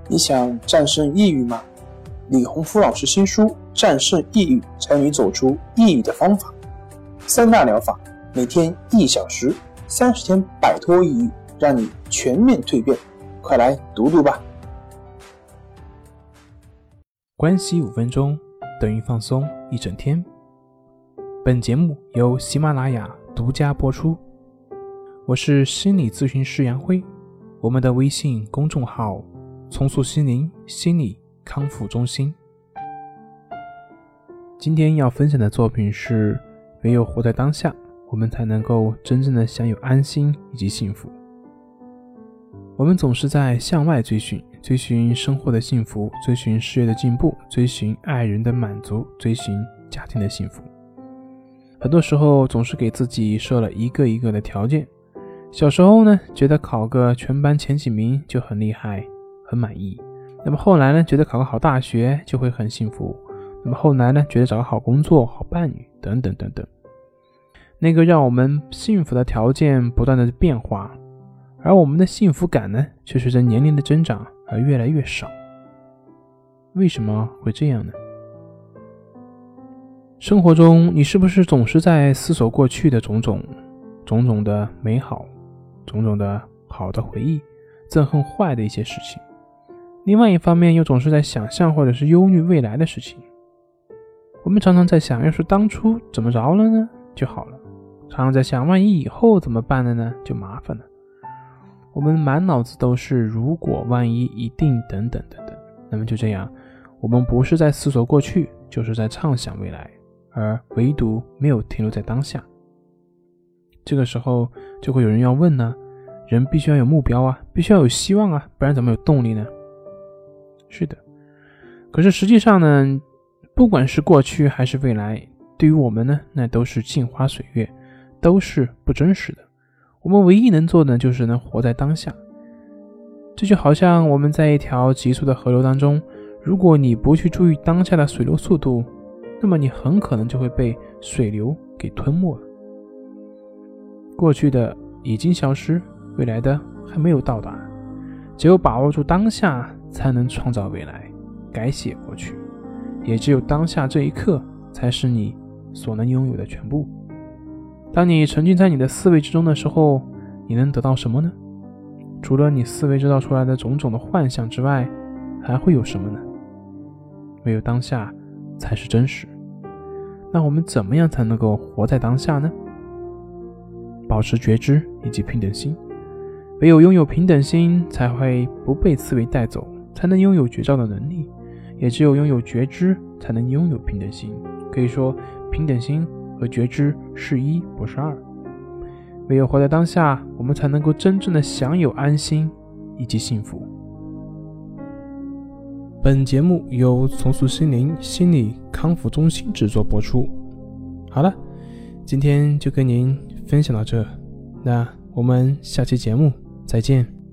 你想战胜抑郁吗？李洪福老师新书《战胜抑郁，教你走出抑郁的方法》，3大疗法，每天1小时，30天摆脱抑郁，让你全面蜕变。快来读读吧。 关系5分钟等于放松1整天。本节目由喜马拉雅独家播出。我是心理咨询师杨辉，我们的微信公众号重塑心灵心理康复中心。今天要分享的作品是：唯有活在当下，我们才能够真正的享有安心以及幸福。我们总是在向外追寻生活的幸福，追寻事业的进步，追寻爱人的满足，追寻家庭的幸福。很多时候总是给自己设了一个一个的条件。小时候呢，觉得考个全班前几名就很厉害，很满意。那么后来呢，觉得考个好大学就会很幸福。那么后来呢，觉得找个好工作、好伴侣等等等等。那个让我们幸福的条件不断的变化，而我们的幸福感呢，却随着年龄的增长而越来越少。为什么会这样呢？生活中，你是不是总是在思索过去的种种的美好，种种的好的回忆，憎恨坏的一些事情？另外一方面，又总是在想象或者是忧虑未来的事情。我们常常在想，要是当初怎么着了呢，就好了。常常在想，万一以后怎么办了呢，就麻烦了。我们满脑子都是如果、万一、一定等等等等。那么就这样，我们不是在思索过去，就是在畅想未来，而唯独没有停留在当下。这个时候就会有人要问呢，人必须要有目标啊，必须要有希望啊，不然怎么有动力呢？是的，可是实际上呢，不管是过去还是未来，对于我们呢，那都是镜花水月，都是不真实的。我们唯一能做的就是能活在当下。这就好像我们在一条急速的河流当中，如果你不去注意当下的水流速度，那么你很可能就会被水流给吞没了。过去的已经消失，未来的还没有到达。只有把握住当下，才能创造未来，改写过去。也只有当下这一刻，才是你所能拥有的全部。当你沉浸在你的思维之中的时候，你能得到什么呢？除了你思维制造出来的种种的幻想之外，还会有什么呢？唯有当下才是真实。那我们怎么样才能够活在当下呢？保持觉知以及平等心。唯有拥有平等心，才会不被思维带走，才能拥有觉照的能力。也只有拥有觉知，才能拥有平等心。可以说，平等心和觉知是一，不是二。唯有活在当下，我们才能够真正的享有安心以及幸福。本节目由重塑心灵心理康复中心制作播出。好了，今天就跟您分享到这，那我们下期节目再见。